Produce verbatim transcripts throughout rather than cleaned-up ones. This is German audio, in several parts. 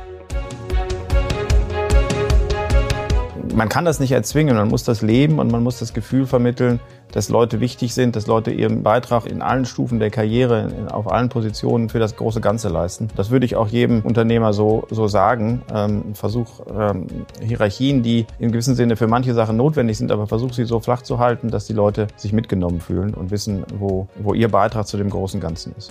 Man kann das nicht erzwingen, man muss das leben und man muss das Gefühl vermitteln, dass Leute wichtig sind, dass Leute ihren Beitrag in allen Stufen der Karriere, in, auf allen Positionen für das große Ganze leisten. Das würde ich auch jedem Unternehmer so, so sagen. Ähm, versuch ähm, Hierarchien, die in gewissem Sinne für manche Sachen notwendig sind, aber versuch sie so flach zu halten, dass die Leute sich mitgenommen fühlen und wissen, wo, wo ihr Beitrag zu dem großen Ganzen ist.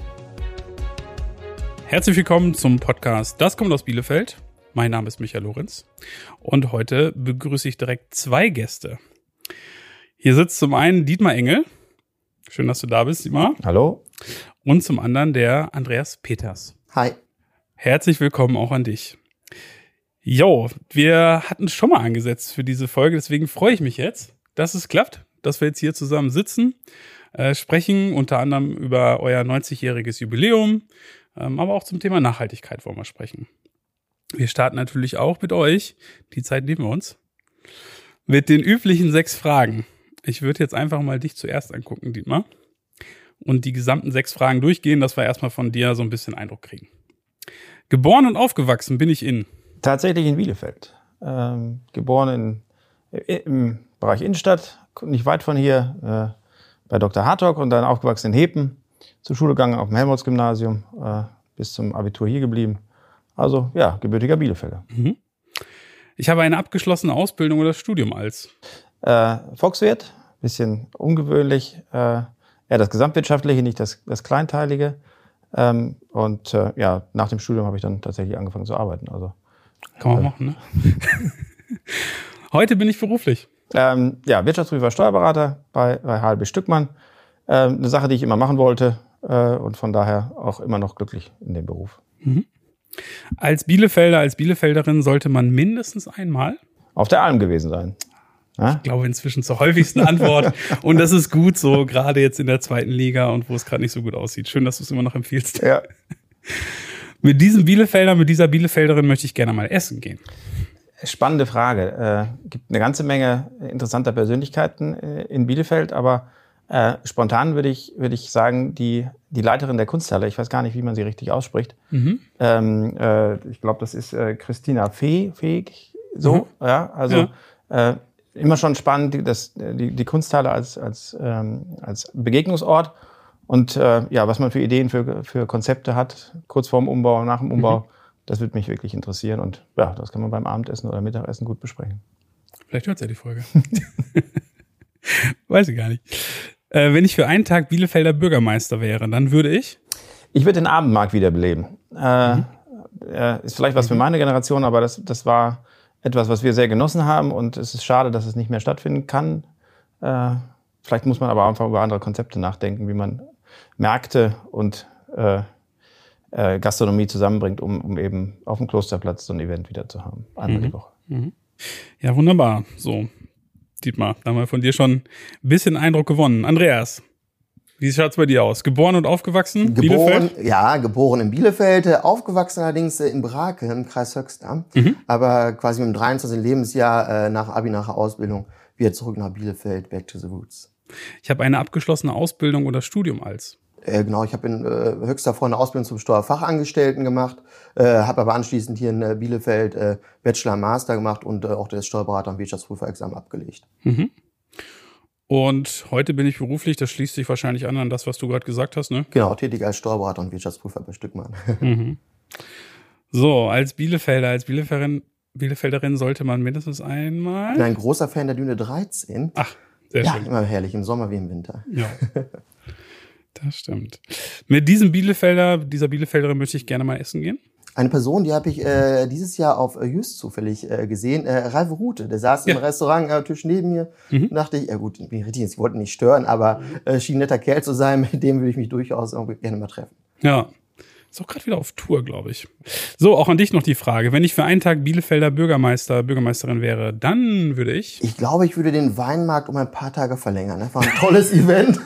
Herzlich willkommen zum Podcast Das kommt aus Bielefeld. Mein Name ist Michael Lorenz und heute begrüße ich direkt zwei Gäste. Hier sitzt zum einen Dietmar Engel. Schön, dass du da bist, Dietmar. Hallo. Und zum anderen der Andreas Peters. Hi. Herzlich willkommen auch an dich. Jo, wir hatten schon mal angesetzt für diese Folge, deswegen freue ich mich jetzt, dass es klappt, dass wir jetzt hier zusammen sitzen, äh, sprechen unter anderem über euer neunzigjähriges Jubiläum, ähm, aber auch zum Thema Nachhaltigkeit wollen wir sprechen. Wir starten natürlich auch mit euch, die Zeit nehmen wir uns, mit den üblichen sechs Fragen. Ich würde jetzt einfach mal dich zuerst angucken, Dietmar, und die gesamten sechs Fragen durchgehen, dass wir erstmal von dir so ein bisschen Eindruck kriegen. Geboren und aufgewachsen bin ich in? Tatsächlich in Bielefeld. Ähm, geboren in, im Bereich Innenstadt, nicht weit von hier, äh, bei Doktor Hartog, und dann aufgewachsen in Hepen, zur Schule gegangen auf dem Helmholtz-Gymnasium, äh, bis zum Abitur hier geblieben. Also, ja, gebürtiger Bielefelder. Mhm. Ich habe eine abgeschlossene Ausbildung oder Studium als? Äh, Volkswirt, bisschen ungewöhnlich. Äh, eher das Gesamtwirtschaftliche, nicht das, das Kleinteilige. Ähm, und äh, ja, nach dem Studium habe ich dann tatsächlich angefangen zu arbeiten. Also, kann man äh, machen, ne? Heute bin ich beruflich. Ähm, ja, Wirtschaftsprüfer, Steuerberater bei, bei H L B Stückmann. Ähm, eine Sache, die ich immer machen wollte äh, und von daher auch immer noch glücklich in dem Beruf. Mhm. Als Bielefelder, als Bielefelderin sollte man mindestens einmal auf der Alm gewesen sein. Ja? Ich glaube inzwischen zur häufigsten Antwort. Und das ist gut so, gerade jetzt in der zweiten Liga und wo es gerade nicht so gut aussieht. Schön, dass du es immer noch empfiehlst. Ja. Mit diesem Bielefelder, mit dieser Bielefelderin möchte ich gerne mal essen gehen. Spannende Frage. Äh, gibt eine ganze Menge interessanter Persönlichkeiten äh, in Bielefeld, aber Äh, spontan würde ich, würde ich sagen, die, die Leiterin der Kunsthalle, ich weiß gar nicht, wie man sie richtig ausspricht. Mhm. Ähm, äh, ich glaube, das ist äh, Christina Fee, Fähig, so, mhm. ja, also ja. Äh, immer schon spannend, die, das, die, die Kunsthalle als, als, ähm, als Begegnungsort und äh, ja, was man für Ideen, für, für Konzepte hat, kurz vorm Umbau, nach dem Umbau, mhm. das würde mich wirklich interessieren und ja, das kann man beim Abendessen oder Mittagessen gut besprechen. Vielleicht hört sie ja die Folge. Weiß ich gar nicht. Äh, wenn ich für einen Tag Bielefelder Bürgermeister wäre, dann würde ich? Ich würde den Abendmarkt wiederbeleben. Äh, mhm. äh, ist vielleicht was für meine Generation, aber das, das war etwas, was wir sehr genossen haben und es ist schade, dass es nicht mehr stattfinden kann. Äh, vielleicht muss man aber einfach über andere Konzepte nachdenken, wie man Märkte und äh, äh, Gastronomie zusammenbringt, um, um eben auf dem Klosterplatz so ein Event wieder zu haben. Einmal mhm. die Woche. Mhm. Ja, wunderbar. So. Dietmar, da haben wir von dir schon ein bisschen Eindruck gewonnen. Andreas, wie schaut's bei dir aus? Geboren und aufgewachsen? Geboren, Bielefeld? Ja, geboren in Bielefeld, aufgewachsen allerdings in Brake im Kreis Höxter. Mhm. Aber quasi mit dem dreiundzwanzigsten Lebensjahr nach Abi, nach der Ausbildung wieder zurück nach Bielefeld, back to the roots. Ich habe eine abgeschlossene Ausbildung oder Studium als? Äh, genau, ich habe in äh, Höxter vorher eine Ausbildung zum Steuerfachangestellten gemacht, äh, habe aber anschließend hier in äh, Bielefeld äh, Bachelor, Master gemacht und äh, auch das Steuerberater- und Wirtschaftsprüferexamen abgelegt. Mhm. Und heute bin ich beruflich, das schließt sich wahrscheinlich an an das, was du gerade gesagt hast, ne? Genau, tätig als Steuerberater und Wirtschaftsprüfer bei Stückmann. Mhm. So, als Bielefelder, als Bielefelderin, Bielefelderin sollte man mindestens einmal... Ich bin ein großer Fan der Düne dreizehn. Ach, sehr ja, schön. Ja, immer herrlich, im Sommer wie im Winter. Ja. Das stimmt. Mit diesem Bielefelder, dieser Bielefelderin möchte ich gerne mal essen gehen. Eine Person, die habe ich äh, dieses Jahr auf äh, Just zufällig äh, gesehen, äh, Ralf Rute. Der saß ja. im Restaurant am äh, Tisch neben mir. Mhm. Da dachte ich, ja gut, ich bin richtig, ich wollte nicht stören, aber äh, schien ein netter Kerl zu sein, mit dem würde ich mich durchaus irgendwie gerne mal treffen. Ja, ist auch gerade wieder auf Tour, glaube ich. So, auch an dich noch die Frage. Wenn ich für einen Tag Bielefelder Bürgermeister, Bürgermeisterin wäre, dann würde ich... Ich glaube, ich würde den Weinmarkt um ein paar Tage verlängern. Das war ein tolles Event.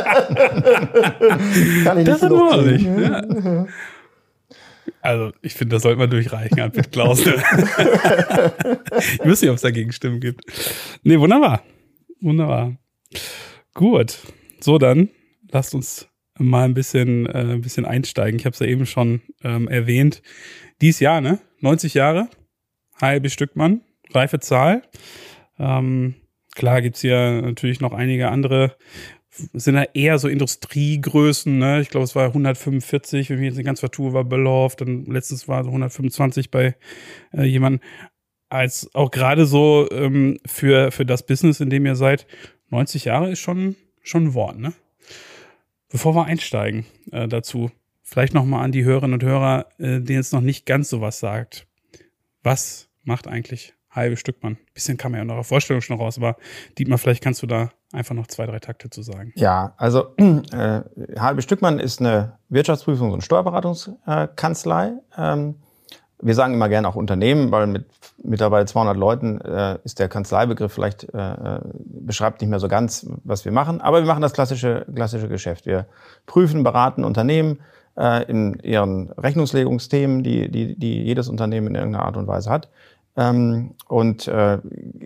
Kann ich das nicht genug kriegen. Ja. Also, ich finde, das sollte man durchreichen an Pitt Klausel. Ich wüsste nicht, ob es dagegen Stimmen gibt. Nee, wunderbar. Wunderbar. Gut. So, dann lasst uns mal ein bisschen, äh, ein bisschen einsteigen. Ich habe es ja eben schon ähm, erwähnt. Dies Jahr, ne? neunzig Jahre, H L B Stückmann, reife Zahl. Ähm, klar gibt's hier natürlich noch einige andere, sind ja eher so Industriegrößen, ne? Ich glaube, es war hundertfünfundvierzig, wenn ich jetzt nicht ganz vertue, war Beloff, dann letztens war so hundertfünfundzwanzig bei äh, jemandem. Als auch gerade so ähm, für, für das Business, in dem ihr seid, neunzig Jahre ist schon, schon ein Wort, ne? Bevor wir einsteigen äh, dazu, vielleicht nochmal an die Hörerinnen und Hörer, äh, denen es noch nicht ganz so was sagt. Was macht eigentlich H L B Stückmann? Ein bisschen kam ja in eurer Vorstellung schon raus, aber Dietmar, vielleicht kannst du da einfach noch zwei, drei Takte zu sagen. Ja, also äh, H L B Stückmann ist eine Wirtschaftsprüfungs- und Steuerberatungskanzlei. Ähm, wir sagen immer gerne auch Unternehmen, weil mit mittlerweile zweihundert Leuten äh, ist der Kanzleibegriff vielleicht äh, beschreibt nicht mehr so ganz, was wir machen. Aber wir machen das klassische klassische Geschäft. Wir prüfen, beraten Unternehmen äh, in ihren Rechnungslegungsthemen, die die die jedes Unternehmen in irgendeiner Art und Weise hat. Ähm, und äh,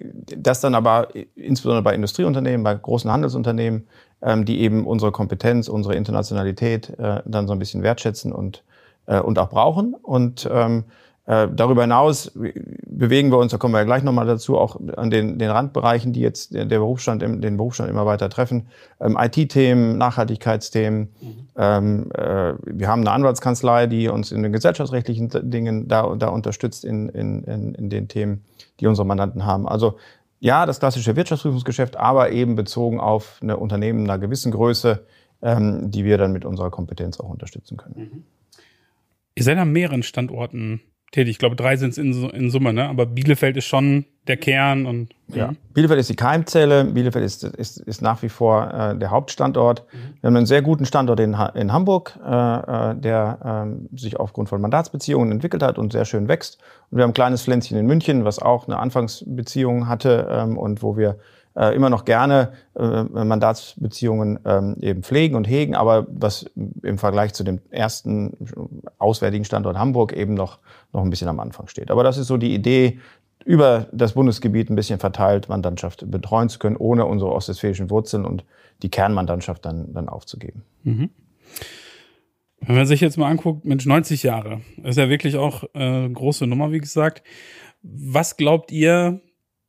das dann aber insbesondere bei Industrieunternehmen, bei großen Handelsunternehmen, ähm, die eben unsere Kompetenz, unsere Internationalität äh, dann so ein bisschen wertschätzen und äh, und auch brauchen. Und ähm, äh, darüber hinaus bewegen wir uns, da kommen wir ja gleich nochmal dazu, auch an den, den Randbereichen, die jetzt der Berufsstand, den Berufsstand immer weiter treffen. Ähm, I T-Themen, Nachhaltigkeitsthemen. Mhm. Ähm, äh, wir haben eine Anwaltskanzlei, die uns in den gesellschaftsrechtlichen Dingen da, da unterstützt in, in, in, in den Themen, die unsere Mandanten haben. Also ja, das klassische Wirtschaftsprüfungsgeschäft, aber eben bezogen auf eine Unternehmen einer gewissen Größe, ähm, die wir dann mit unserer Kompetenz auch unterstützen können. Mhm. Ihr seid an mehreren Standorten tätig. Ich glaube, drei sind es in, in Summe, ne? Aber Bielefeld ist schon der Kern. Und ja. Bielefeld ist die Keimzelle. Bielefeld ist, ist, ist nach wie vor äh, der Hauptstandort. Mhm. Wir haben einen sehr guten Standort in, in Hamburg, äh, der äh, sich aufgrund von Mandatsbeziehungen entwickelt hat und sehr schön wächst. Und wir haben ein kleines Pflänzchen in München, was auch eine Anfangsbeziehung hatte ähm, und wo wir äh, immer noch gerne äh, Mandatsbeziehungen ähm, eben pflegen und hegen, aber was im Vergleich zu dem ersten auswärtigen Standort Hamburg eben noch, noch ein bisschen am Anfang steht. Aber das ist so die Idee, über das Bundesgebiet ein bisschen verteilt Mandantschaft betreuen zu können, ohne unsere ostwestfälischen Wurzeln und die Kernmandantschaft dann, dann aufzugeben. Mhm. Wenn man sich jetzt mal anguckt, Mensch, neunzig Jahre, ist ja wirklich auch äh, eine große Nummer, wie gesagt. Was glaubt ihr,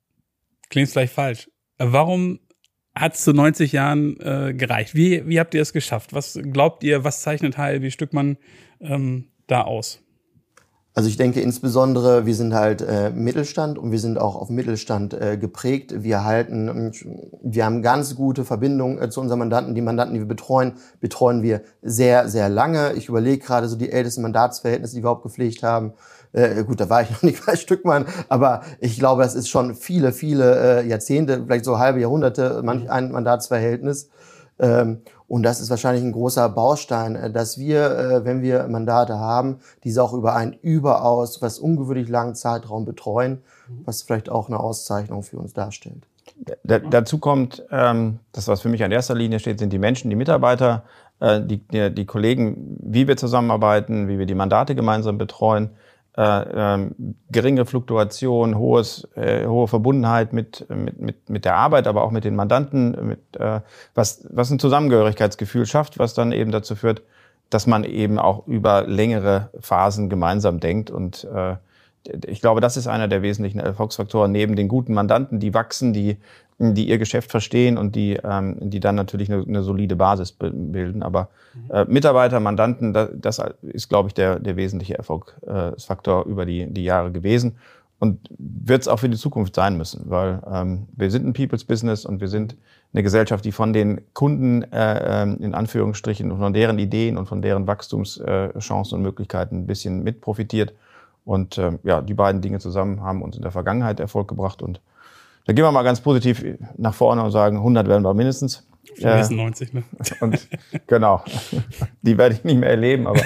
klingt gleich falsch, warum hat es zu neunzig Jahren äh, gereicht? Wie, wie habt ihr es geschafft? Was glaubt ihr, was zeichnet H L B Stückmann ähm, da aus? Also ich denke insbesondere, wir sind halt äh, Mittelstand und wir sind auch auf Mittelstand äh, geprägt. Wir halten, wir haben ganz gute Verbindungen äh, zu unseren Mandanten. Die Mandanten, die wir betreuen, betreuen wir sehr, sehr lange. Ich überlege gerade so die ältesten Mandatsverhältnisse, die wir überhaupt gepflegt haben. Äh, gut, da war ich noch nicht bei Stückmann, aber ich glaube, das ist schon viele, viele äh, Jahrzehnte, vielleicht so halbe Jahrhunderte, manch ein Mandatsverhältnis. Ähm, und das ist wahrscheinlich ein großer Baustein, äh, dass wir, äh, wenn wir Mandate haben, diese auch über einen überaus, was ungewöhnlich langen Zeitraum betreuen, was vielleicht auch eine Auszeichnung für uns darstellt. Da, dazu kommt, ähm, das, was für mich an erster Linie steht, sind die Menschen, die Mitarbeiter, äh, die, die, die Kollegen, wie wir zusammenarbeiten, wie wir die Mandate gemeinsam betreuen. Äh, äh, geringe Fluktuation, hohes, äh, hohe Verbundenheit mit, mit, mit, mit der Arbeit, aber auch mit den Mandanten, mit, äh, was, was ein Zusammengehörigkeitsgefühl schafft, was dann eben dazu führt, dass man eben auch über längere Phasen gemeinsam denkt. Und äh, ich glaube, das ist einer der wesentlichen Erfolgsfaktoren, neben den guten Mandanten, die wachsen, die, die ihr Geschäft verstehen und die, ähm, die dann natürlich eine, eine solide Basis bilden. Aber äh, Mitarbeiter, Mandanten, das, das ist, glaube ich, der, der wesentliche Erfolgsfaktor über die, die Jahre gewesen und wird es auch für die Zukunft sein müssen, weil ähm, wir sind ein People's Business und wir sind eine Gesellschaft, die von den Kunden äh, in Anführungsstrichen und von deren Ideen und von deren Wachstumschancen und Möglichkeiten ein bisschen mit profitiert. Und äh, ja, die beiden Dinge zusammen haben uns in der Vergangenheit Erfolg gebracht. Und da gehen wir mal ganz positiv nach vorne und sagen, hundert werden wir mindestens. neunzig, ne? Und genau, die werde ich nicht mehr erleben, aber...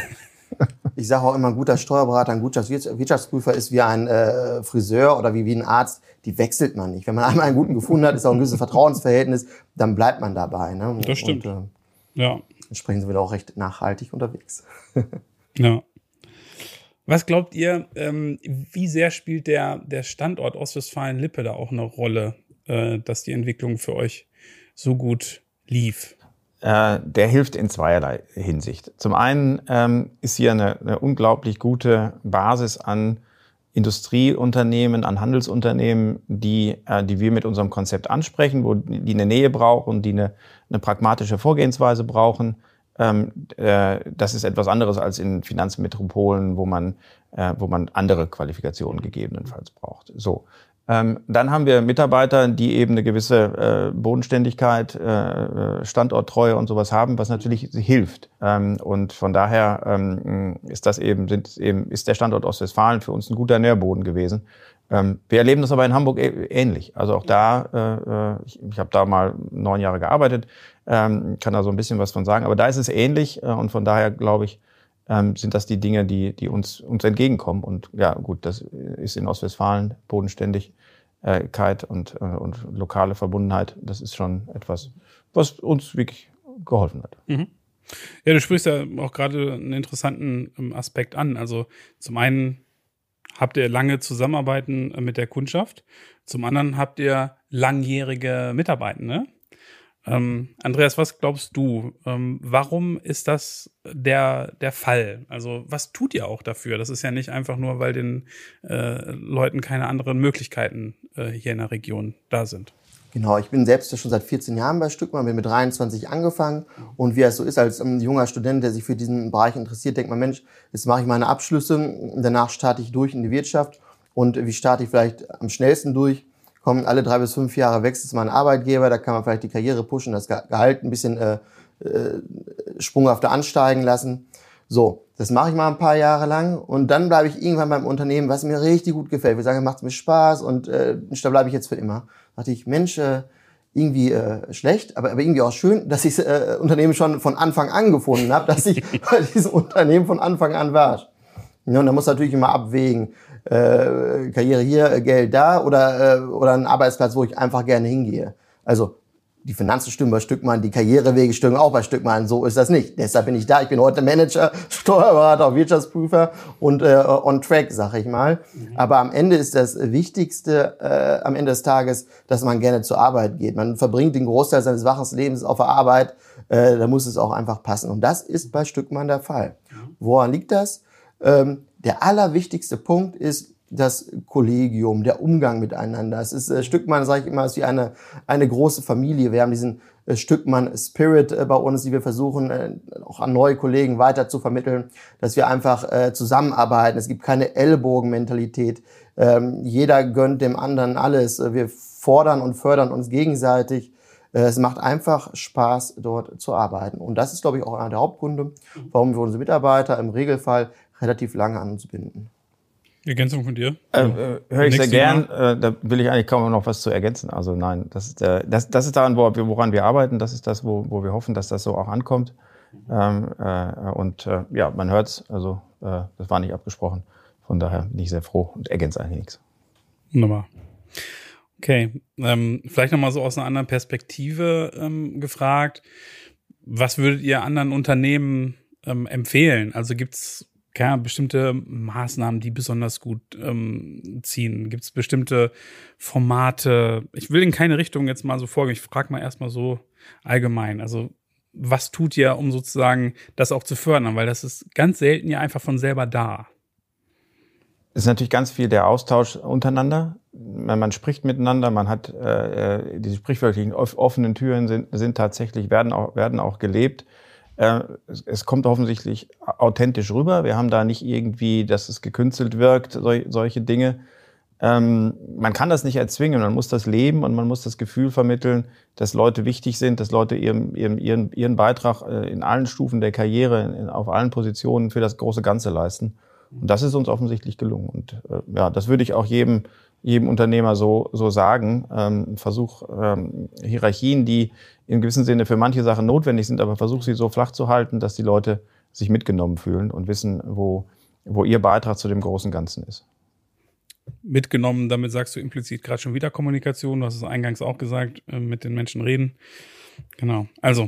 Ich sage auch immer, ein guter Steuerberater, ein guter Wirtschaftsprüfer ist wie ein äh, Friseur oder wie, wie ein Arzt. Die wechselt man nicht. Wenn man einmal einen guten gefunden hat, ist auch ein gewisses Vertrauensverhältnis, dann bleibt man dabei. Ne? Das stimmt. Und, äh, ja. Entsprechend sind wir da auch recht nachhaltig unterwegs. Ja. Was glaubt ihr, ähm, wie sehr spielt der, der Standort Ostwestfalen-Lippe da auch eine Rolle, äh, dass die Entwicklung für euch so gut lief? äh, der hilft in zweierlei Hinsicht. Zum einen ähm, ist hier eine, eine unglaublich gute Basis an Industrieunternehmen, an Handelsunternehmen, die, äh, die wir mit unserem Konzept ansprechen, wo die eine Nähe brauchen, die eine, eine pragmatische Vorgehensweise brauchen. Ähm, äh, das ist etwas anderes als in Finanzmetropolen, wo man, äh, wo man andere Qualifikationen gegebenenfalls braucht. So. Ähm, dann haben wir Mitarbeiter, die eben eine gewisse äh, Bodenständigkeit, äh, Standorttreue und sowas haben, was natürlich hilft. Ähm, und von daher ähm, ist das eben, sind eben, ist der Standort Ostwestfalen für uns ein guter Nährboden gewesen. Ähm, wir erleben das aber in Hamburg ähnlich. Also auch da, äh, ich, ich habe da mal neun Jahre gearbeitet, ähm, kann da so ein bisschen was von sagen. Aber da ist es ähnlich äh, und von daher glaube ich, ähm, sind das die Dinge, die, die uns, uns entgegenkommen. Und ja, gut, das ist in Ostwestfalen Bodenständigkeit und, äh, und lokale Verbundenheit. Das ist schon etwas, was uns wirklich geholfen hat. Mhm. Ja, du sprichst ja auch gerade einen interessanten Aspekt an. Also zum einen habt ihr lange Zusammenarbeiten mit der Kundschaft, zum anderen habt ihr langjährige Mitarbeitende. Ähm, Andreas, was glaubst du, ähm, warum ist das der, der Fall? Also was tut ihr auch dafür? Das ist ja nicht einfach nur, weil den äh, Leuten keine anderen Möglichkeiten äh, hier in der Region da sind. Genau, ich bin selbst schon seit vierzehn Jahren bei Stückmann, bin mit dreiundzwanzig angefangen und wie es so ist, als ein junger Student, der sich für diesen Bereich interessiert, denkt man, Mensch, jetzt mache ich meine Abschlüsse, danach starte ich durch in die Wirtschaft und wie starte ich vielleicht am schnellsten durch? Kommen alle drei bis fünf Jahre wechselt mal ein Arbeitgeber, da kann man vielleicht die Karriere pushen, das Gehalt ein bisschen äh, äh, sprunghafter ansteigen lassen. So, das mache ich mal ein paar Jahre lang und dann bleibe ich irgendwann beim Unternehmen, was mir richtig gut gefällt. Wir sagen, macht es mir Spaß und äh, da bleibe ich jetzt für immer. Da dachte ich, Mensch, äh, irgendwie äh, schlecht, aber, aber irgendwie auch schön, dass ich das äh, Unternehmen schon von Anfang an gefunden habe, dass ich bei diesem Unternehmen von Anfang an war. Ja, und da muss natürlich immer abwägen, äh, Karriere hier, Geld da oder, äh, oder ein Arbeitsplatz, wo ich einfach gerne hingehe. Also die Finanzen stimmen bei Stückmann, die Karrierewege stimmen auch bei Stückmann, so ist das nicht. Deshalb bin ich da, ich bin heute Manager, Steuerberater, Wirtschaftsprüfer und äh, on track, sag ich mal. Mhm. Aber am Ende ist das Wichtigste, äh, am Ende des Tages, dass man gerne zur Arbeit geht. Man verbringt den Großteil seines wachen Lebens auf der Arbeit, äh, da muss es auch einfach passen. Und das ist bei Stückmann der Fall. Mhm. Woran liegt das? Ähm, der allerwichtigste Punkt ist das Kollegium, der Umgang miteinander. Es ist äh, Stückmann, sage ich immer, ist wie eine eine große Familie. Wir haben diesen äh, Stückmann-Spirit äh, bei uns, die wir versuchen äh, auch an neue Kollegen weiter zu vermitteln, dass wir einfach äh, zusammenarbeiten. Es gibt keine Ellbogenmentalität. Ähm, jeder gönnt dem anderen alles. Wir fordern und fördern uns gegenseitig. Äh, es macht einfach Spaß, dort zu arbeiten. Und das ist, glaube ich, auch einer der Hauptgründe, warum wir unsere Mitarbeiter im Regelfall relativ lange an uns binden. Ergänzung von dir? Äh, äh, Höre ich sehr gern. Äh, da will ich eigentlich kaum noch was zu ergänzen. Also nein, das ist, äh, das, das ist daran, woran wir arbeiten. Das ist das, wo, wo wir hoffen, dass das so auch ankommt. Ähm, äh, und äh, ja, man hört's. Also äh, das war nicht abgesprochen. Von daher bin ich sehr froh und ergänze eigentlich nichts. Wunderbar. Okay, ähm, vielleicht nochmal so aus einer anderen Perspektive ähm, gefragt. Was würdet ihr anderen Unternehmen ähm, empfehlen? Also gibt's ja, bestimmte Maßnahmen, die besonders gut ähm, ziehen? Gibt es bestimmte Formate? Ich will in keine Richtung jetzt mal so vorgehen. Ich frage mal erstmal so allgemein. Also was tut ihr, um sozusagen das auch zu fördern? Weil das ist ganz selten ja einfach von selber da. Es ist natürlich ganz viel der Austausch untereinander. Man, man spricht miteinander, man hat äh, diese sprichwörtlichen offenen Türen sind, sind tatsächlich, werden auch, werden auch gelebt. Es, es kommt offensichtlich authentisch rüber. Wir haben da nicht irgendwie, dass es gekünstelt wirkt, sol, solche Dinge. Ähm, man kann das nicht erzwingen, man muss das leben und man muss das Gefühl vermitteln, dass Leute wichtig sind, dass Leute ihren, ihren, ihren, ihren Beitrag in allen Stufen der Karriere, in, auf allen Positionen für das große Ganze leisten. Und das ist uns offensichtlich gelungen. Und äh, ja, das würde ich auch jedem, jedem Unternehmer so, so sagen. Ähm, versuch ähm, Hierarchien, die in gewissem Sinne für manche Sachen notwendig sind, aber versuch sie so flach zu halten, dass die Leute sich mitgenommen fühlen und wissen, wo, wo ihr Beitrag zu dem großen Ganzen ist. Mitgenommen, damit sagst du implizit gerade schon wieder Kommunikation. Du hast es eingangs auch gesagt, äh, mit den Menschen reden. Genau. Also,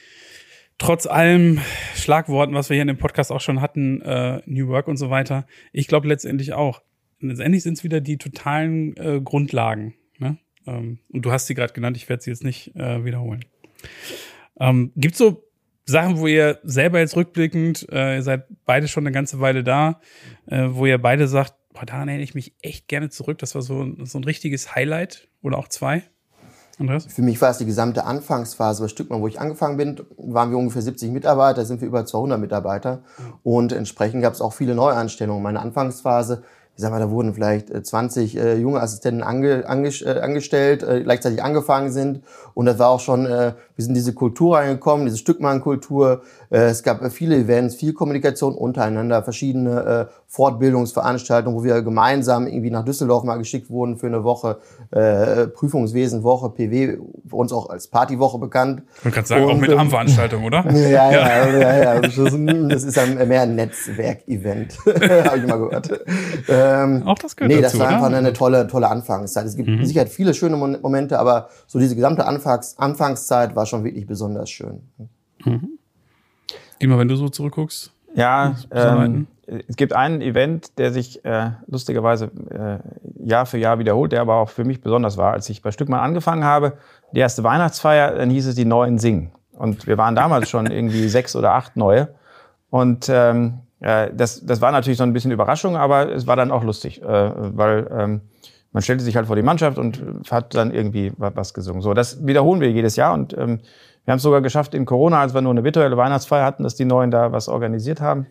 trotz allem Schlagworten, was wir hier in dem Podcast auch schon hatten, äh, New Work und so weiter, ich glaube letztendlich auch, letztendlich sind es wieder die totalen äh, Grundlagen. Ne? Ähm, und du hast sie gerade genannt, ich werde sie jetzt nicht äh, wiederholen. Ähm, Gibt es so Sachen, wo ihr selber jetzt rückblickend, äh, ihr seid beide schon eine ganze Weile da, äh, wo ihr beide sagt, boah, daran erinnere ich mich echt gerne zurück, das war so, so ein richtiges Highlight oder auch zwei? Andreas? Für mich war es die gesamte Anfangsphase bei Stückmann, wo ich angefangen bin, waren wir ungefähr siebzig Mitarbeiter, sind wir über zweihundert Mitarbeiter und entsprechend gab es auch viele Neueinstellungen. Meine Anfangsphase, ich sag mal, da wurden vielleicht zwanzig äh, junge Assistenten ange, ange, äh, angestellt, äh, gleichzeitig angefangen sind und das war auch schon, äh, wir sind in diese Kultur reingekommen, diese Stückmann-Kultur. Äh, es gab äh, viele Events, viel Kommunikation untereinander, verschiedene äh, Fortbildungsveranstaltungen, wo wir gemeinsam irgendwie nach Düsseldorf mal geschickt wurden für eine Woche, äh, Prüfungswesenwoche, P W, für uns auch als Partywoche bekannt. Man kann sagen, und, auch mit ähm, Abendveranstaltungen, oder? Ja, ja, ja, ja, ja. Das ist ein, mehr ein Netzwerk-Event, habe ich mal gehört. Ähm, auch das gehört Nee, dazu, das war oder? einfach eine tolle, tolle Anfangszeit. Es gibt Mhm. sicher viele schöne Momente, aber so diese gesamte Anfangs Anfangszeit war schon wirklich besonders schön. Mhm. Dima, wenn du so zurückguckst. Ja, ähm, es gibt einen Event, der sich äh, lustigerweise äh, Jahr für Jahr wiederholt, der aber auch für mich besonders war. Als ich bei Stückmann angefangen habe, die erste Weihnachtsfeier, dann hieß es die Neuen singen. Und wir waren damals schon irgendwie sechs oder acht Neue. Und ähm, äh, das, das war natürlich so ein bisschen Überraschung, aber es war dann auch lustig, äh, weil ähm, man stellte sich halt vor die Mannschaft und hat dann irgendwie was gesungen. So, das wiederholen wir jedes Jahr und ähm, wir haben es sogar geschafft in Corona, als wir nur eine virtuelle Weihnachtsfeier hatten, dass die Neuen da was organisiert haben.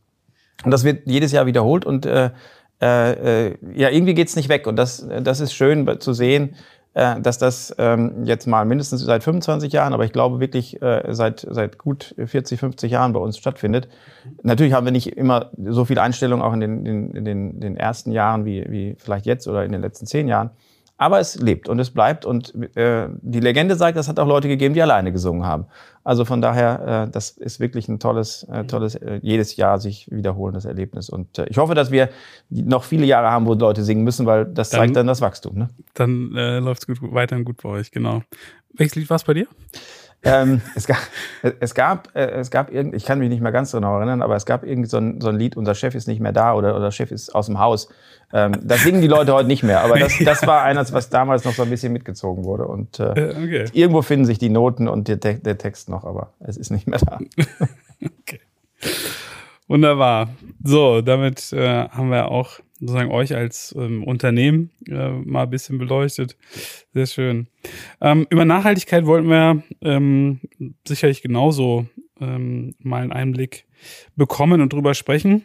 Und das wird jedes Jahr wiederholt und äh, äh, ja, irgendwie geht's nicht weg. Und das, das ist schön zu sehen, äh, dass das ähm, jetzt mal mindestens seit fünfundzwanzig Jahren, aber ich glaube wirklich äh, seit, seit gut vierzig, fünfzig Jahren bei uns stattfindet. Natürlich haben wir nicht immer so viel Einstellung auch in den, in, in den, den ersten Jahren wie, wie vielleicht jetzt oder in den letzten zehn Jahren. Aber es lebt und es bleibt und äh, die Legende sagt, es hat auch Leute gegeben, die alleine gesungen haben. Also von daher, äh, das ist wirklich ein tolles, äh, tolles äh, jedes Jahr sich wiederholendes Erlebnis. Und äh, ich hoffe, dass wir noch viele Jahre haben, wo Leute singen müssen, weil das Dann- zeigt dann das Wachstum. Ne? Dann äh, läuft es gut, weiterhin gut bei euch, genau. Welches Lied war es bei dir? Ähm, es gab, es gab, äh, es gab irgend, ich kann mich nicht mehr ganz genau erinnern, aber es gab irgend so ein, so ein Lied, unser Chef ist nicht mehr da oder unser Chef ist aus dem Haus. Ähm, das singen die Leute heute nicht mehr, aber das, das war eines, was damals noch so ein bisschen mitgezogen wurde. Und äh, Äh, okay. irgendwo finden sich die Noten und der, Te- der Text noch, aber es ist nicht mehr da. Okay. Wunderbar. So, damit äh, haben wir auch sozusagen euch als ähm, Unternehmen äh, mal ein bisschen beleuchtet. Sehr schön. Ähm, über Nachhaltigkeit wollten wir ähm, sicherlich genauso ähm, mal einen Einblick bekommen und drüber sprechen.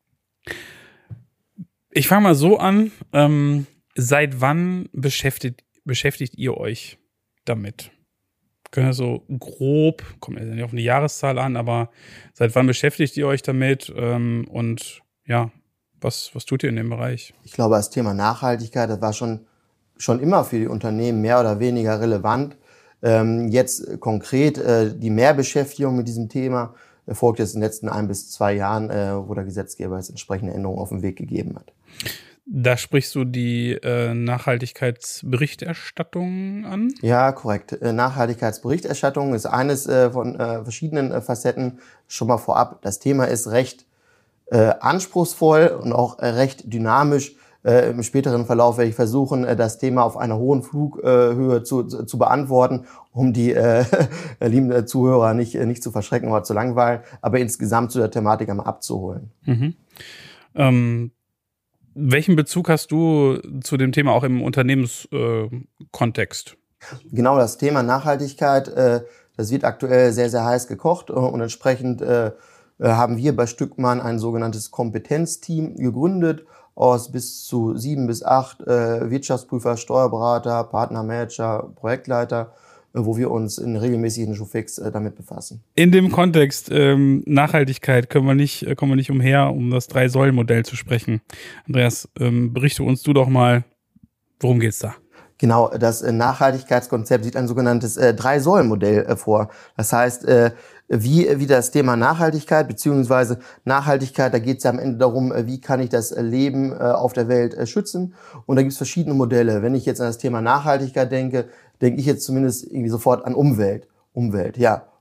Ich fange mal so an. Ähm, seit wann beschäftigt, beschäftigt ihr euch damit? Können wir so grob, kommt ja nicht auf eine Jahreszahl an, aber seit wann beschäftigt ihr euch damit? Ähm, und ja, was, was tut ihr in dem Bereich? Ich glaube, das Thema Nachhaltigkeit, das war schon, schon immer für die Unternehmen mehr oder weniger relevant. Ähm, jetzt konkret äh, die Mehrbeschäftigung mit diesem Thema erfolgt jetzt in den letzten ein bis zwei Jahren, äh, wo der Gesetzgeber jetzt entsprechende Änderungen auf den Weg gegeben hat. Da sprichst du die äh, Nachhaltigkeitsberichterstattung an? Ja, korrekt. Äh, Nachhaltigkeitsberichterstattung ist eines äh, von äh, verschiedenen äh, Facetten. Schon mal vorab, das Thema ist recht äh, anspruchsvoll und auch äh, recht dynamisch. Äh, Im späteren Verlauf werde ich versuchen, äh, das Thema auf einer hohen Flughöhe äh, zu, zu, zu beantworten, um die äh, lieben Zuhörer nicht, äh, nicht zu verschrecken oder zu langweilen, aber insgesamt zu der Thematik einmal abzuholen. Mhm. Ähm, welchen Bezug hast du zu dem Thema auch im Unternehmenskontext? Äh, genau, das Thema Nachhaltigkeit, äh, das wird aktuell sehr, sehr heiß gekocht äh, und entsprechend äh, haben wir bei Stückmann ein sogenanntes Kompetenzteam gegründet aus bis zu sieben bis acht äh, Wirtschaftsprüfer, Steuerberater, Partnermanager, Projektleiter, äh, wo wir uns in regelmäßigen Showfix äh, damit befassen. In dem Kontext ähm, Nachhaltigkeit können wir nicht, äh, kommen wir nicht umher, um das Drei-Säulen-Modell zu sprechen. Andreas, ähm, berichte uns du doch mal, worum geht's da? Genau, das äh, Nachhaltigkeitskonzept sieht ein sogenanntes äh, Drei-Säulen-Modell äh, vor. Das heißt, äh, wie, wie das Thema Nachhaltigkeit, beziehungsweise Nachhaltigkeit, da geht es ja am Ende darum, äh, wie kann ich das Leben äh, auf der Welt äh, schützen. Und da gibt es verschiedene Modelle. Wenn ich jetzt an das Thema Nachhaltigkeit denke, denke ich jetzt zumindest irgendwie sofort an Umwelt. Umwelt, ja.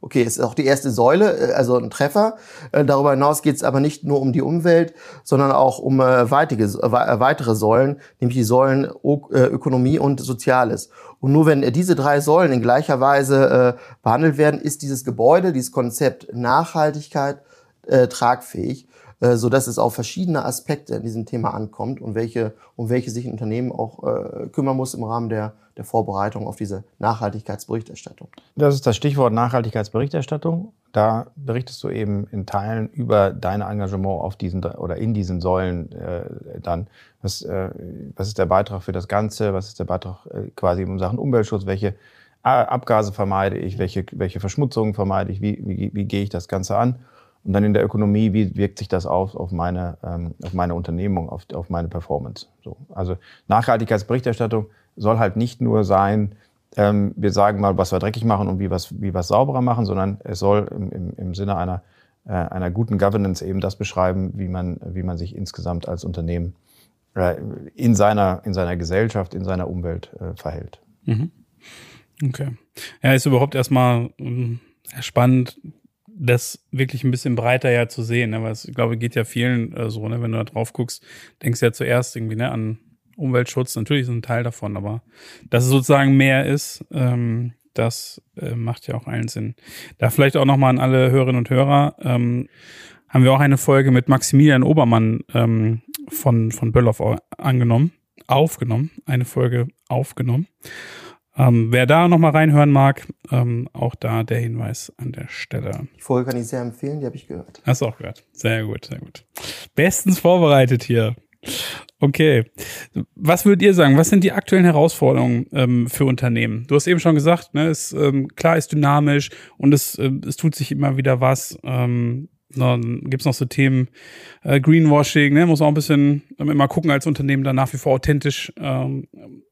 Okay, es ist auch die erste Säule, also ein Treffer. Darüber hinaus geht es aber nicht nur um die Umwelt, sondern auch um weitere, weitere Säulen, nämlich die Säulen Ökonomie und Soziales. Und nur wenn diese drei Säulen in gleicher Weise behandelt werden, ist dieses Gebäude, dieses Konzept Nachhaltigkeit tragfähig, so dass es auf verschiedene Aspekte in diesem Thema ankommt und welche, um welche sich ein Unternehmen auch äh, kümmern muss im Rahmen der, der Vorbereitung auf diese Nachhaltigkeitsberichterstattung. Das ist das Stichwort Nachhaltigkeitsberichterstattung. Da berichtest du eben in Teilen über dein Engagement auf diesen oder in diesen Säulen äh, dann. Was, äh, was ist der Beitrag für das Ganze? Was ist der Beitrag äh, quasi in Sachen Umweltschutz? Welche Abgase vermeide ich? Welche, welche Verschmutzungen vermeide ich? Wie, wie, wie gehe ich das Ganze an? Und dann in der Ökonomie, wie wirkt sich das auf, auf meine, ähm, auf meine Unternehmung, auf, auf meine Performance? So. Also Nachhaltigkeitsberichterstattung soll halt nicht nur sein, ähm, wir sagen mal, was wir dreckig machen und wie wir es wie wir's sauberer machen, sondern es soll im, im, im Sinne einer, äh, einer guten Governance eben das beschreiben, wie man, wie man sich insgesamt als Unternehmen äh, in, seiner, in seiner Gesellschaft, in seiner Umwelt äh, verhält. Mhm. Okay. Ja, ist überhaupt erstmal ähm, spannend, das wirklich ein bisschen breiter ja zu sehen, ne? Weil es, ich glaube, geht ja vielen äh, so, ne? Wenn du da drauf guckst, denkst du ja zuerst irgendwie ne, an Umweltschutz, natürlich ist ein Teil davon, aber dass es sozusagen mehr ist, ähm, das äh, macht ja auch allen Sinn. Da vielleicht auch nochmal an alle Hörerinnen und Hörer, ähm, haben wir auch eine Folge mit Maximilian Obermann ähm, von, von Böllhoff angenommen, aufgenommen, eine Folge aufgenommen. Ähm, wer da nochmal reinhören mag, ähm, auch da der Hinweis an der Stelle. Die Folge kann ich sehr empfehlen, die habe ich gehört. Hast du auch gehört. Sehr gut, sehr gut. Bestens vorbereitet hier. Okay. Was würdet ihr sagen? Was sind die aktuellen Herausforderungen ähm, für Unternehmen? Du hast eben schon gesagt, ne, es ähm, klar ist dynamisch und es, äh, es tut sich immer wieder was. Ähm, dann gibt's noch so Themen äh, Greenwashing, ne, muss auch ein bisschen ähm, immer gucken als Unternehmen da nach wie vor authentisch ähm,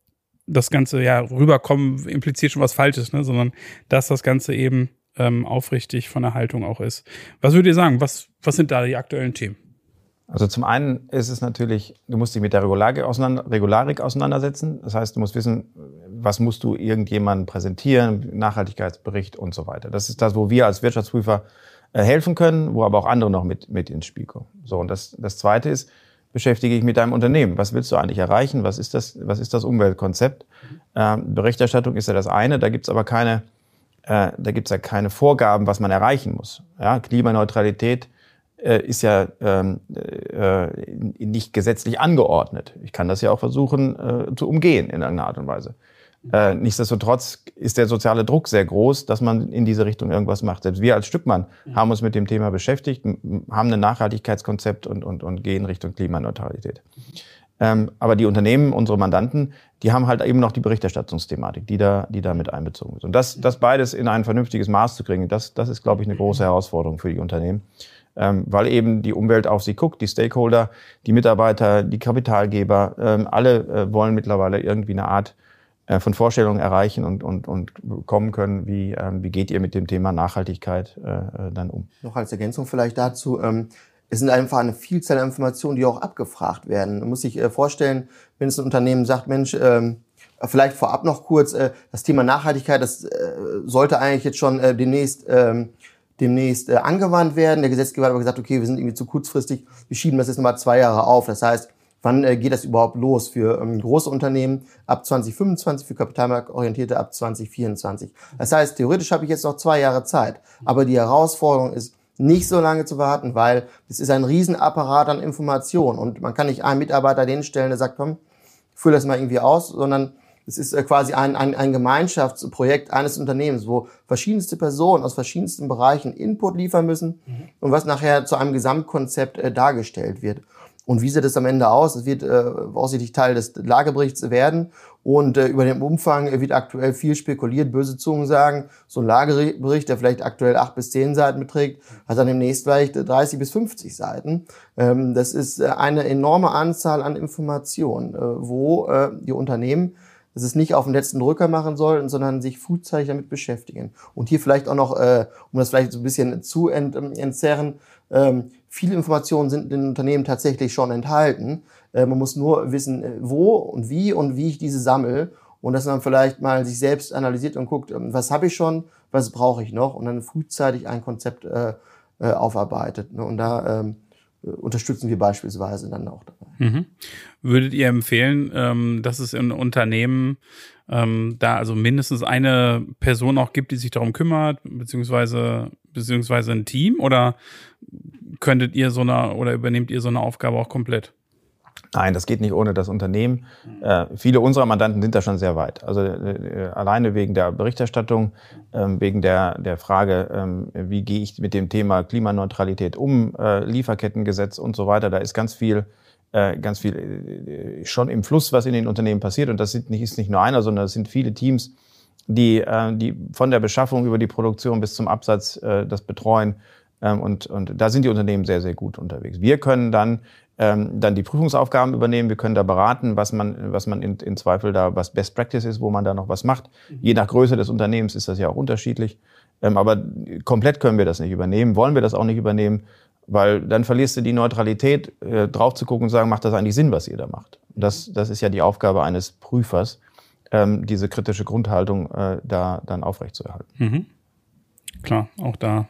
das Ganze ja rüberkommen, impliziert schon was Falsches, ne, sondern dass das Ganze eben ähm, aufrichtig von der Haltung auch ist. Was würdet ihr sagen? Was, was sind da die aktuellen Themen? Also zum einen ist es natürlich, du musst dich mit der Regularik, auseinander, Regularik auseinandersetzen. Das heißt, du musst wissen, was musst du irgendjemandem präsentieren, Nachhaltigkeitsbericht und so weiter. Das ist das, wo wir als Wirtschaftsprüfer äh, helfen können, wo aber auch andere noch mit, mit ins Spiel kommen. So, und das, das Zweite ist, beschäftige dich mit deinem Unternehmen. Was willst du eigentlich erreichen? Was ist das, was ist das Umweltkonzept? Ähm, Berichterstattung ist ja das eine, da gibt's aber keine, äh, da gibt's ja keine Vorgaben, was man erreichen muss. Ja, Klimaneutralität äh, ist ja ähm, äh, nicht gesetzlich angeordnet. Ich kann das ja auch versuchen äh, zu umgehen in irgendeiner Art und Weise. Äh, nichtsdestotrotz ist der soziale Druck sehr groß, dass man in diese Richtung irgendwas macht. Selbst wir als Stückmann haben uns mit dem Thema beschäftigt, haben ein Nachhaltigkeitskonzept und, und, und gehen Richtung Klimaneutralität. Ähm, aber die Unternehmen, unsere Mandanten, die haben halt eben noch die Berichterstattungsthematik, die da, die da mit einbezogen ist. Und das, das beides in ein vernünftiges Maß zu kriegen, das, das ist, glaube ich, eine große Herausforderung für die Unternehmen. Ähm, weil eben die Umwelt auf sie guckt, die Stakeholder, die Mitarbeiter, die Kapitalgeber, ähm, alle äh, wollen mittlerweile irgendwie eine Art von Vorstellungen erreichen und, und, und kommen können, wie, ähm, wie geht ihr mit dem Thema Nachhaltigkeit äh, dann um? Noch als Ergänzung vielleicht dazu, ähm, es sind einfach eine Vielzahl an Informationen, die auch abgefragt werden. Man muss sich äh, vorstellen, wenn es ein Unternehmen sagt, Mensch, ähm, vielleicht vorab noch kurz, äh, das Thema Nachhaltigkeit, das äh, sollte eigentlich jetzt schon äh, demnächst, ähm, demnächst äh, angewandt werden. Der Gesetzgeber hat aber gesagt, okay, wir sind irgendwie zu kurzfristig, wir schieben das jetzt nochmal zwei Jahre auf. Das heißt, wann äh, geht das überhaupt los für ähm, große Unternehmen ab zwanzig fünfundzwanzig, für kapitalmarktorientierte ab zwanzig vierundzwanzig. Das heißt, theoretisch habe ich jetzt noch zwei Jahre Zeit. Aber die Herausforderung ist, nicht so lange zu warten, weil es ist ein Riesenapparat an Informationen. Und man kann nicht einen Mitarbeiter den stellen, der sagt, komm, füll das mal irgendwie aus, sondern es ist äh, quasi ein, ein, ein Gemeinschaftsprojekt eines Unternehmens, wo verschiedenste Personen aus verschiedensten Bereichen Input liefern müssen mhm. und was nachher zu einem Gesamtkonzept äh, dargestellt wird. Und wie sieht es am Ende aus? Es wird äh, voraussichtlich Teil des Lageberichts werden. Und äh, über den Umfang wird aktuell viel spekuliert. Böse Zungen sagen, so ein Lagebericht, der vielleicht aktuell acht bis zehn Seiten beträgt, hat dann demnächst vielleicht dreißig bis fünfzig Seiten. Ähm, das ist äh, eine enorme Anzahl an Informationen, äh, wo äh, die Unternehmen dass es nicht auf den letzten Drücker machen sollten, sondern sich frühzeitig damit beschäftigen. Und hier vielleicht auch noch, äh, um das vielleicht so ein bisschen zu ent, entzerren, ähm, viele Informationen sind in den Unternehmen tatsächlich schon enthalten. Äh, man muss nur wissen, wo und wie und wie ich diese sammle und dass man vielleicht mal sich selbst analysiert und guckt, was habe ich schon, was brauche ich noch und dann frühzeitig ein Konzept äh, äh, aufarbeitet. Ne? Und da ähm, unterstützen wir beispielsweise dann auch dabei. Mhm. Würdet ihr empfehlen, ähm, dass es in Unternehmen ähm, da also mindestens eine Person auch gibt, die sich darum kümmert, beziehungsweise beziehungsweise ein Team, oder könntet ihr so eine oder übernehmt ihr so eine Aufgabe auch komplett? Nein, das geht nicht ohne das Unternehmen. Äh, viele unserer Mandanten sind da schon sehr weit. Also äh, alleine wegen der Berichterstattung, ähm, wegen der, der Frage, ähm, wie gehe ich mit dem Thema Klimaneutralität um, äh, Lieferkettengesetz und so weiter. Da ist ganz viel, äh, ganz viel äh, schon im Fluss, was in den Unternehmen passiert. Und das sind nicht, ist nicht nur einer, sondern es sind viele Teams, die, äh, die von der Beschaffung über die Produktion bis zum Absatz äh, das betreuen. Ähm, und, und da sind die Unternehmen sehr, sehr gut unterwegs. Wir können dann Ähm, dann die Prüfungsaufgaben übernehmen. Wir können da beraten, was man, was man in, in Zweifel da, was Best Practice ist, wo man da noch was macht. Mhm. Je nach Größe des Unternehmens ist das ja auch unterschiedlich. Ähm, aber komplett können wir das nicht übernehmen, wollen wir das auch nicht übernehmen, weil dann verlierst du die Neutralität, äh, drauf zu gucken und sagen, macht das eigentlich Sinn, was ihr da macht? Das, das ist ja die Aufgabe eines Prüfers, ähm, diese kritische Grundhaltung äh, da dann aufrechtzuerhalten. Mhm. Klar, auch da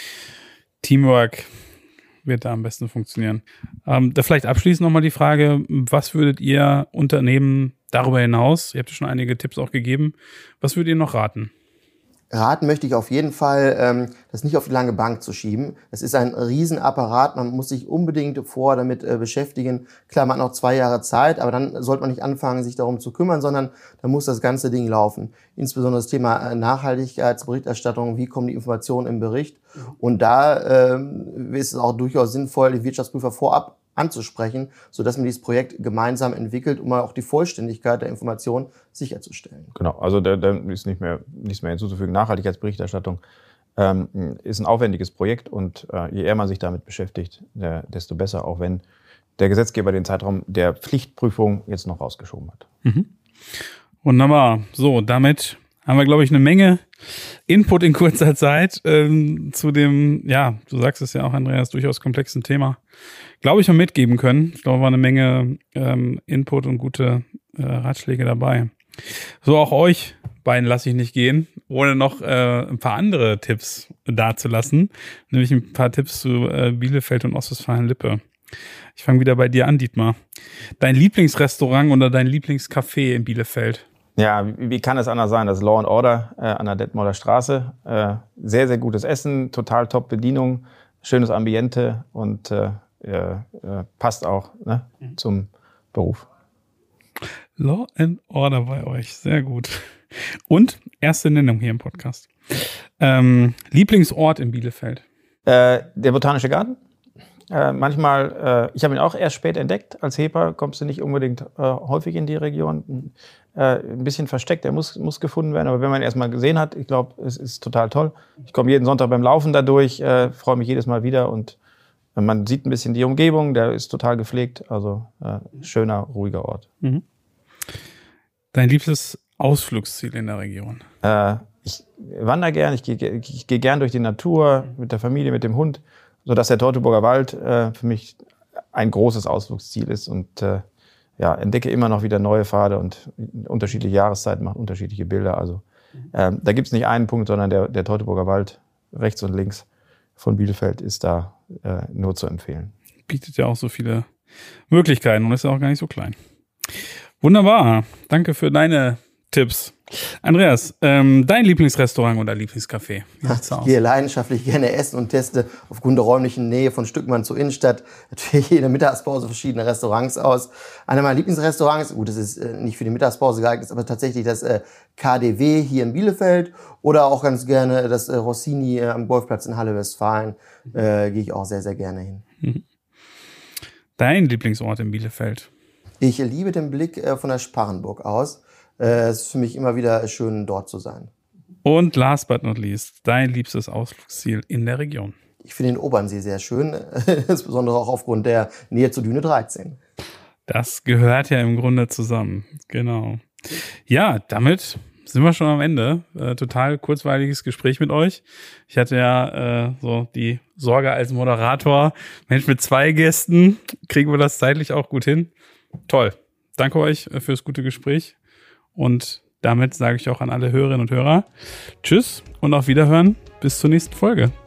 Teamwork wird da am besten funktionieren. Ähm, da vielleicht abschließend nochmal die Frage, was würdet ihr Unternehmen darüber hinaus, ihr habt ja schon einige Tipps auch gegeben, was würdet ihr noch raten? Raten möchte ich auf jeden Fall, ähm, das nicht auf die lange Bank zu schieben. Es ist ein Riesenapparat, man muss sich unbedingt vorher damit äh, beschäftigen. Klar, man hat noch zwei Jahre Zeit, aber dann sollte man nicht anfangen, sich darum zu kümmern, sondern da muss das ganze Ding laufen. Insbesondere das Thema Nachhaltigkeitsberichterstattung, wie kommen die Informationen im Bericht. Und da ähm, ist es auch durchaus sinnvoll, die Wirtschaftsprüfer vorab anzusprechen, sodass man dieses Projekt gemeinsam entwickelt, um auch die Vollständigkeit der Information sicherzustellen. Genau, also da, da ist nicht mehr, nichts mehr hinzuzufügen. Nachhaltigkeitsberichterstattung ähm, ist ein aufwendiges Projekt und äh, je eher man sich damit beschäftigt, der, desto besser, auch wenn der Gesetzgeber den Zeitraum der Pflichtprüfung jetzt noch rausgeschoben hat. Mhm. Wunderbar. So, damit haben wir, glaube ich, eine Menge Input in kurzer Zeit ähm, zu dem, ja, du sagst es ja auch, Andreas, durchaus komplexen Thema, glaube ich, mal mitgeben können. Ich glaube, war eine Menge ähm, Input und gute äh, Ratschläge dabei. So, auch euch beiden lasse ich nicht gehen, ohne noch äh, ein paar andere Tipps dazulassen, nämlich ein paar Tipps zu äh, Bielefeld und Ostwestfalen-Lippe. Ich fange wieder bei dir an, Dietmar. Dein Lieblingsrestaurant oder dein Lieblingscafé in Bielefeld? Ja, wie, wie kann es anders sein? Das Law and Order äh, an der Detmolder Straße. Äh, sehr, sehr gutes Essen, total top Bedienung, schönes Ambiente und äh, äh, passt auch, ne, zum Beruf. Law and Order bei euch, sehr gut. Und erste Nennung hier im Podcast. Ähm, Lieblingsort in Bielefeld? Äh, der Botanische Garten. Äh, manchmal, äh, ich habe ihn auch erst spät entdeckt. Als Heper kommst du nicht unbedingt äh, häufig in die Region. Äh, ein bisschen versteckt, der muss, muss gefunden werden. Aber wenn man ihn erst mal gesehen hat, ich glaube, es ist total toll. Ich komme jeden Sonntag beim Laufen da durch, äh, freue mich jedes Mal wieder. Und äh, man sieht ein bisschen die Umgebung, der ist total gepflegt. Also äh, schöner, ruhiger Ort. Mhm. Dein liebstes Ausflugsziel in der Region? Äh, ich wandere gern, ich gehe ich geh gern durch die Natur mit der Familie, mit dem Hund, sodass der Teutoburger Wald äh, für mich ein großes Ausflugsziel ist und äh, ja, entdecke immer noch wieder neue Pfade und unterschiedliche Jahreszeiten machen unterschiedliche Bilder. Also äh, da gibt es nicht einen Punkt, sondern der, der Teutoburger Wald rechts und links von Bielefeld ist da äh, nur zu empfehlen. Bietet ja auch so viele Möglichkeiten und ist ja auch gar nicht so klein. Wunderbar, danke für deine Tipps. Andreas, ähm, dein Lieblingsrestaurant oder Lieblingscafé? Ich gehe leidenschaftlich gerne essen und teste aufgrund der räumlichen Nähe von Stückmann zur Innenstadt natürlich jede Mittagspause verschiedene Restaurants aus. Einer meiner Lieblingsrestaurants, gut, das ist äh, nicht für die Mittagspause geeignet, ist aber tatsächlich das äh, K D W hier in Bielefeld oder auch ganz gerne das äh, Rossini äh, am Golfplatz in Halle-Westfalen. Äh, gehe ich auch sehr, sehr gerne hin. Mhm. Dein Lieblingsort in Bielefeld? Ich liebe den Blick äh, von der Sparrenburg aus. Es ist für mich immer wieder schön, dort zu sein. Und last but not least, dein liebstes Ausflugsziel in der Region? Ich finde den Obernsee sehr schön, insbesondere auch aufgrund der Nähe zur Düne dreizehn. Das gehört ja im Grunde zusammen, genau. Ja, damit sind wir schon am Ende. Äh, total kurzweiliges Gespräch mit euch. Ich hatte ja äh, so die Sorge als Moderator, Mensch, mit zwei Gästen kriegen wir das zeitlich auch gut hin. Toll. Danke euch fürs gute Gespräch. Und damit sage ich auch an alle Hörerinnen und Hörer Tschüss und auf Wiederhören bis zur nächsten Folge.